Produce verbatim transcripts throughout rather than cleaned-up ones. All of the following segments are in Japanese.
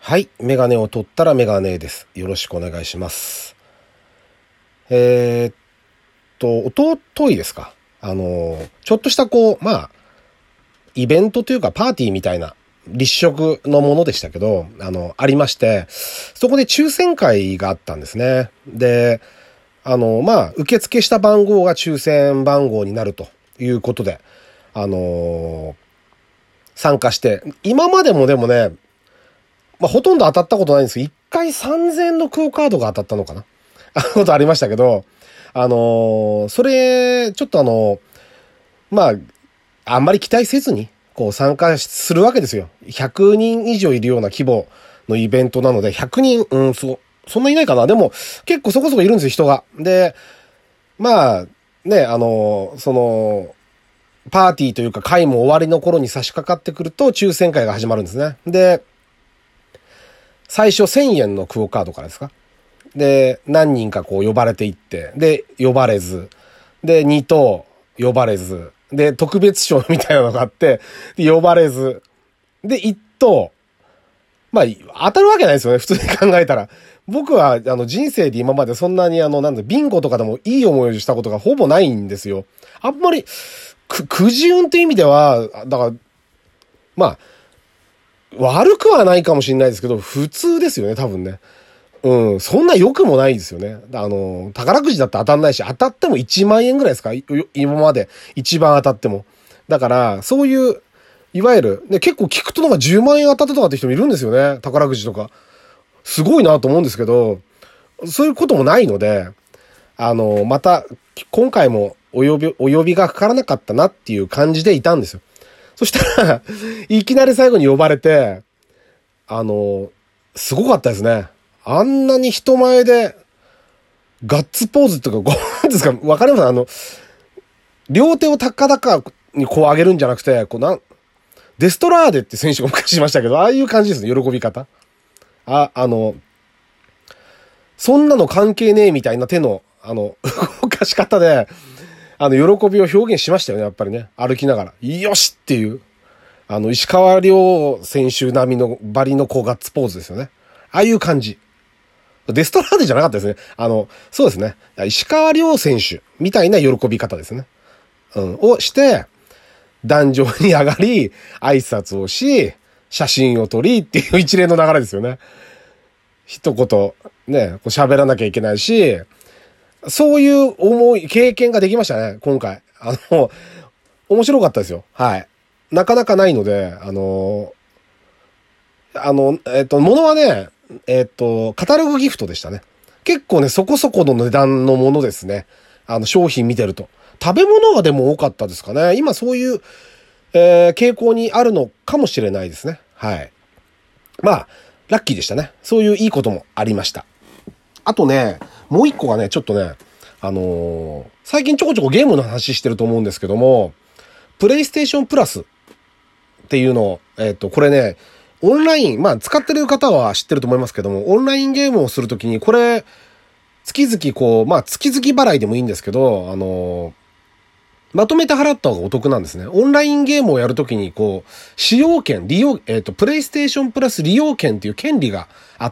はい。メガネを取ったらメガネです。よろしくお願いします。えー、っと、おとといですか。あの、ちょっとしたこう、まあ、イベントというかパーティーみたいな立食のものでしたけど、あの、ありまして、そこで抽選会があったんですね。で、あの、まあ、受付した番号が抽選番号になるということで、あの、参加して、今までもでもね、まあ、ほとんど当たったことないんですけど、一回さんぜんえんのクオカードが当たったのかなあのことありましたけど、あのー、それ、ちょっとあの、まあ、あんまり期待せずに、こう参加するわけですよ。ひゃくにん以上いるような規模のイベントなので、ひゃくにん、うん、そう、そんないないかな。でも、結構そこそこいるんですよ、人が。で、まあ、ね、あの、その、パーティーというか会も終わりの頃に差し掛かってくると抽選会が始まるんですね。で、最初せんえんのクオカードからですか。で、何人かこう呼ばれていって、で、呼ばれず、で、に等呼ばれず、で、特別賞みたいなのがあって、で呼ばれず、で、いち等、まあ、当たるわけないですよね、普通に考えたら。僕は、あの、人生で今までそんなにあの、なんだ、ビンゴとかでもいい思いをしたことがほぼないんですよ。あんまり、く、くじ運って意味では、だから、まあ、悪くはないかもしれないですけど、普通ですよね、多分ね。うん、そんな良くもないですよね。あの、宝くじだって当たんないし、当たってもいちまん円ぐらいですか？今まで一番当たっても。だから、そういう、いわゆる、ね、結構聞くとなんかじゅうまん円当たったとかって人もいるんですよね。宝くじとか。すごいなと思うんですけど、そういうこともないので、あの、また、今回もお呼び、お呼びがかからなかったなっていう感じでいたんですよ。そしたら、いきなり最後に呼ばれて、あの、すごかったですね。あんなに人前で、ガッツポーズとか、こう、なんですか、わかります？あの、両手を高々にこう上げるんじゃなくて、こうなん、デストラーデって選手が昔しましたけど、ああいう感じですね、喜び方。あ、あの、そんなの関係ねえみたいな手の、あの、動かし方で、あの、喜びを表現しましたよね、やっぱりね。歩きながら。よしっていう、あの、石川遼選手並みのバリのこうガッツポーズですよね。ああいう感じ。デストラーデじゃなかったですね。あの、そうですね。石川遼選手みたいな喜び方ですね。うん。をして、壇上に上がり、挨拶をし、写真を撮りっていう一連の流れですよね。一言、ね、こう喋らなきゃいけないし、そういう思い、経験ができましたね、今回。あの、面白かったですよ。はい。なかなかないので、あの、あの、えっと、物はね、えっと、カタログギフトでしたね。結構ね、そこそこの値段のものですね。あの、商品見てると。食べ物がでも多かったですかね。今そういう、えー、傾向にあるのかもしれないですね。はい。まあ、ラッキーでしたね。そういういいこともありました。あとね、もう一個がね、ちょっとね、あのー、最近ちょこちょこゲームの話してると思うんですけども、プレイステーションプラスっていうのを、えっと、これね、オンライン、まあ使ってる方は知ってると思いますけども、オンラインゲームをするときに、これ、月々こう、まあ月々払いでもいいんですけど、あのー、まとめて払った方がお得なんですね。オンラインゲームをやるときに、こう、使用権、利用、えっと、プレイステーションプラス利用権っていう権利があって、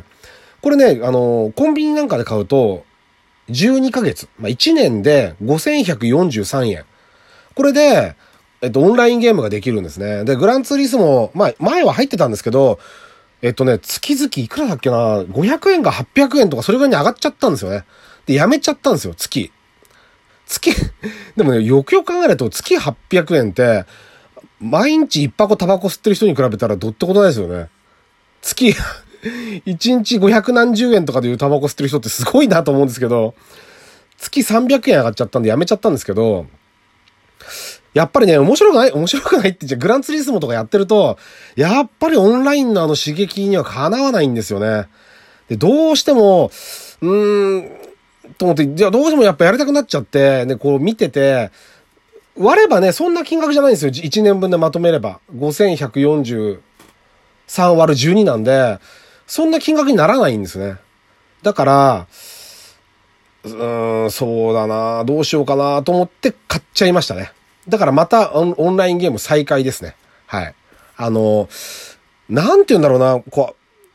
これね、あのー、コンビニなんかで買うと、じゅうにかげつ、まあいちねんでごせんひゃくよんじゅうさんえん。これで、えっと、オンラインゲームができるんですね。で、グランツーリスモ、まあ、前は入ってたんですけど、えっとね、月々いくらだっけな、ごひゃくえんかはっぴゃくえんとかそれぐらいに上がっちゃったんですよね。で、やめちゃったんですよ、月。月、でもね、よくよく考えると月はっぴゃくえんって、毎日一箱タバコ吸ってる人に比べたらどうってことないですよね。月、一日ごひゃくなんじゅうえんとかでいうタバコ吸ってる人ってすごいなと思うんですけど、月さんびゃくえん上がっちゃったんでやめちゃったんですけど、やっぱりね、面白くない面白くないってじゃグランツーリスモとかやってると、やっぱりオンラインのあの刺激にはかなわないんですよね。で、どうしても、うーん、と思って、じゃあどうしてもやっぱやりたくなっちゃって、ね、こう見てて、割ればね、そんな金額じゃないんですよ。いちねんぶんでまとめれば。ごせんひゃくよんじゅうさん割るじゅうになんで、そんな金額にならないんですね。だから、うーん、そうだな、どうしようかなと思って買っちゃいましたね。だからまたオン、オンラインゲーム再開ですね。はい。あの、なんて言うんだろうな、こ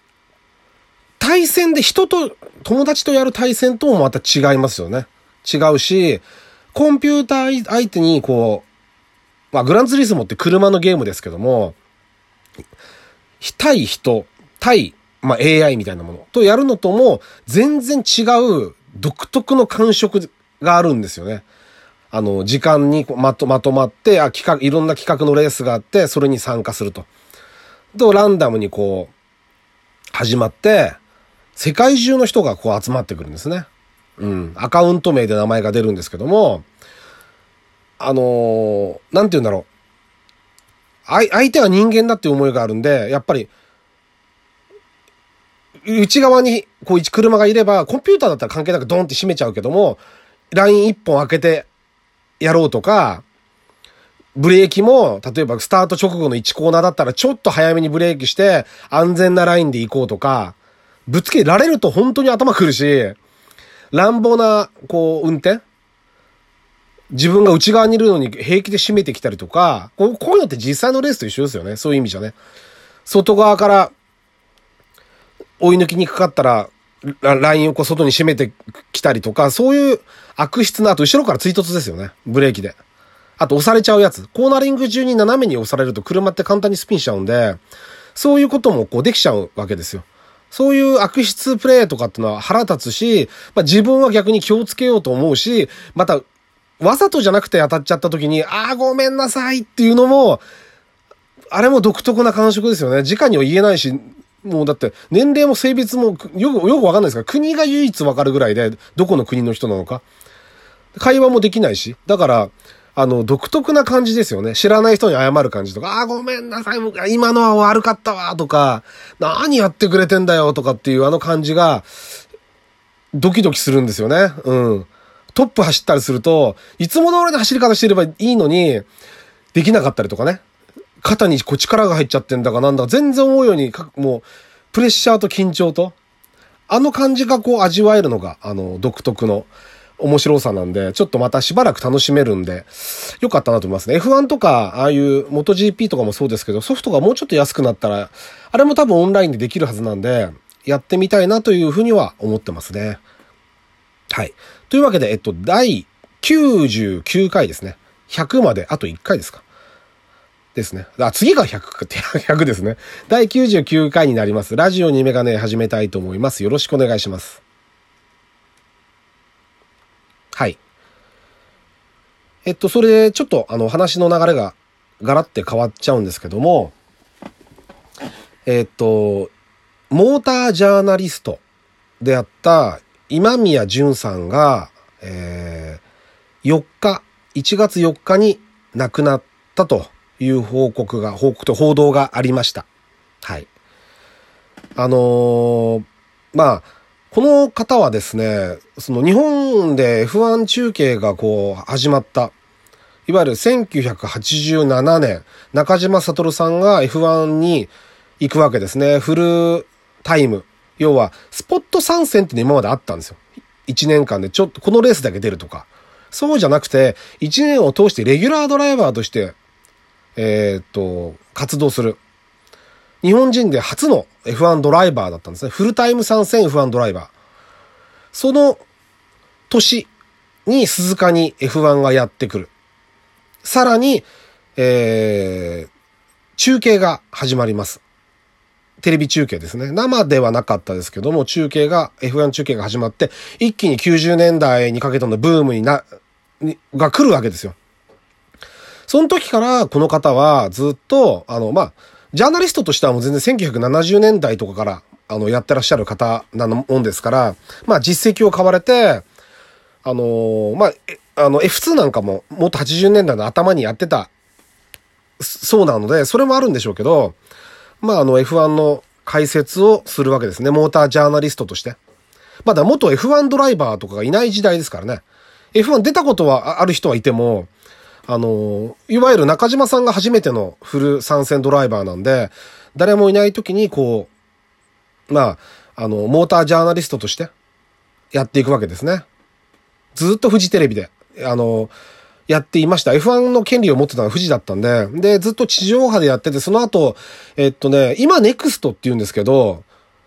対戦で人と、友達とやる対戦ともまた違いますよね。違うし、コンピューター相手にこう、まあグランツーリスモって車のゲームですけども、対人、対、まあ エーアイ みたいなものとやるのとも全然違う独特の感触があるんですよね。あの、時間にまと、まとまって、あ、企画、いろんな企画のレースがあって、それに参加すると。と、ランダムにこう、始まって、世界中の人がこう集まってくるんですね。うん。アカウント名で名前が出るんですけども、あのー、なんて言うんだろう。相、相手は人間だっていう思いがあるんで、やっぱり、内側にこう一車がいれば、コンピューターだったら関係なくドンって閉めちゃうけども、ライン一本開けてやろうとか、ブレーキも、例えばスタート直後のいちコーナーだったらちょっと早めにブレーキして安全なラインで行こうとか、ぶつけられると本当に頭くるし、乱暴な、こう、運転自分が内側にいるのに平気で閉めてきたりとか、こう、こういうのって実際のレースと一緒ですよね。そういう意味じゃね。外側から追い抜きにかかったら、ラインをこう外に閉めてきたりとか、そういう悪質な、あと後ろから追突ですよね。ブレーキで。あと押されちゃうやつ。コーナリング中に斜めに押されると車って簡単にスピンしちゃうんで、そういうこともこうできちゃうわけですよ。そういう悪質プレーとかってのは腹立つし、まあ自分は逆に気をつけようと思うし、また、わざとじゃなくて当たっちゃった時に、ああ、ごめんなさいっていうのも、あれも独特な感触ですよね。直には言えないし、もうだって年齢も性別もよく、よくわかんないですから、国が唯一わかるぐらいで、どこの国の人なのか。会話もできないし。だから、あの、独特な感じですよね。知らない人に謝る感じとか、ああ、ごめんなさい、今のは悪かったわ、とか、何やってくれてんだよ、とかっていうあの感じが、ドキドキするんですよね。うん。トップ走ったりすると、いつも通りの走り方してればいいのに、できなかったりとかね。肩にこう力が入っちゃってんだかなんだか全然思うように、もう、プレッシャーと緊張と、あの感じがこう味わえるのが、あの、独特の面白さなんで、ちょっとまたしばらく楽しめるんで、よかったなと思いますね。エフワン とか、ああいう モトジーピー とかもそうですけど、ソフトがもうちょっと安くなったら、あれも多分オンラインでできるはずなんで、やってみたいなというふうには思ってますね。はい。というわけで、えっと、だいきゅうじゅうきゅうかいですね。ひゃくまであといっかいですか。ですね。あ、次がひゃく、ひゃくですね。だいきゅうじゅうきゅうかいになります。ラジオにメガネ始めたいと思います。よろしくお願いします。はい。えっと、それでちょっとあの話の流れがガラって変わっちゃうんですけども、えっと、モータージャーナリストであった今宮淳さんが、えー、よっか、いちがつよっかに亡くなったという報告が、報告と報道がありました。はい。あのー、まあ、この方はですね、その日本で エフワン 中継がこう始まった、いわゆるせんきゅうひゃくはちじゅうななねん、中島悟さんが エフワン に行くわけですね。フルタイム。要は、スポット参戦って今まであったんですよ。いちねんかんでちょっとこのレースだけ出るとか。そうじゃなくて、いちねんを通してレギュラードライバーとして、えー、っと、活動する。日本人で初の エフワン ドライバーだったんですね。フルタイム参戦 エフワン ドライバー。その年に鈴鹿に エフワン がやってくる。さらに、えー、中継が始まります。テレビ中継ですね。生ではなかったですけども、中継が、エフワン 中継が始まって、一気にきゅうじゅうねんだいにかけてのブームにな、にが来るわけですよ。その時からこの方はずっと、あの、まあ、ジャーナリストとしてはもう全然せんきゅうひゃくななじゅうねんだいとかから、あの、やってらっしゃる方なもんですから、まあ、実績を買われて、あのー、まあ、あの、エフツー なんかももっとはちじゅうねんだいの頭にやってた、そうなので、それもあるんでしょうけど、まあ、あの エフワン の解説をするわけですね。モータージャーナリストとして。まだ元 エフワン ドライバーとかがいない時代ですからね。エフワン 出たことはある人はいても、あの、いわゆる中島さんが初めてのフル参戦ドライバーなんで、誰もいない時にこう、まあ、あの、モータージャーナリストとしてやっていくわけですね。ずっとフジテレビで、あの、やっていました。エフワン の権利を持ってたのは富士だったんで、で、ずっと地上波でやってて、その後、えっとね、今ネクストって言うんですけど、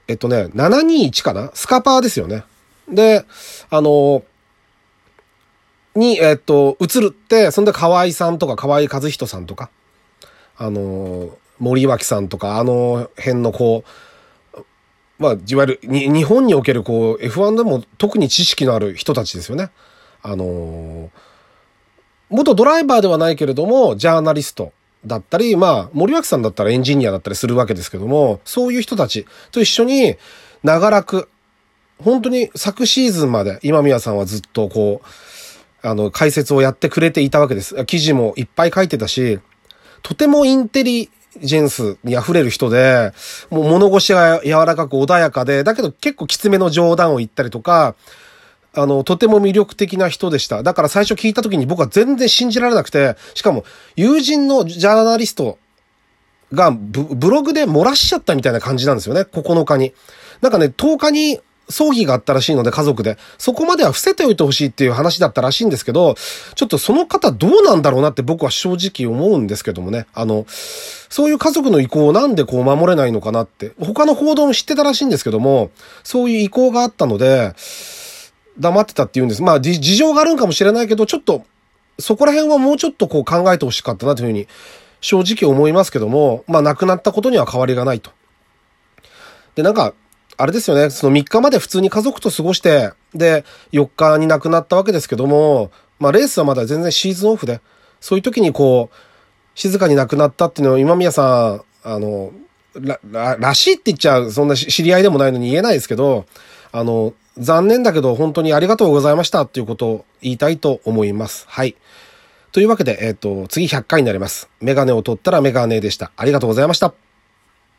えっとね、ななにいちかなスカパーですよね。で、あの、に、えっと、映るって、そんで河合さんとか河合和人さんとか、あの、森脇さんとか、あの辺のこう、まあ、いわゆるに、日本におけるこう、エフワン でも特に知識のある人たちですよね。あの、元ドライバーではないけれども、ジャーナリストだったり、まあ、森脇さんだったらエンジニアだったりするわけですけども、そういう人たちと一緒に、長らく、本当に昨シーズンまで今宮さんはずっとこう、あの、解説をやってくれていたわけです。記事もいっぱい書いてたし、とてもインテリジェンスに溢れる人で、もう物腰が柔らかく穏やかで、だけど結構きつめの冗談を言ったりとか、あの、とても魅力的な人でした。だから最初聞いた時に僕は全然信じられなくて、しかも友人のジャーナリストが ブ, ブログで漏らしちゃったみたいな感じなんですよね。ここのかに。なんかね、とおかに葬儀があったらしいので家族で、そこまでは伏せておいてほしいっていう話だったらしいんですけど、ちょっとその方どうなんだろうなって僕は正直思うんですけどもね。あの、そういう家族の意向をなんでこう守れないのかなって、他の報道も知ってたらしいんですけども、そういう意向があったので、黙ってたって言うんです。まあ、事情があるんかもしれないけど、ちょっと、そこら辺はもうちょっとこう考えてほしかったなというふうに、正直思いますけども、まあ、亡くなったことには変わりがないと。で、なんか、あれですよね、そのみっかまで普通に家族と過ごして、で、よっかに亡くなったわけですけども、まあ、レースはまだ全然シーズンオフで、そういう時にこう、静かに亡くなったっていうのを今宮さん、あの、ら、ら、らしいって言っちゃう、そんな知り合いでもないのに言えないですけど、あの、残念だけど本当にありがとうございましたっていうことを言いたいと思います。はい。というわけで、えっと、次ひゃっかいになります。メガネを取ったらメガネでした。ありがとうございました。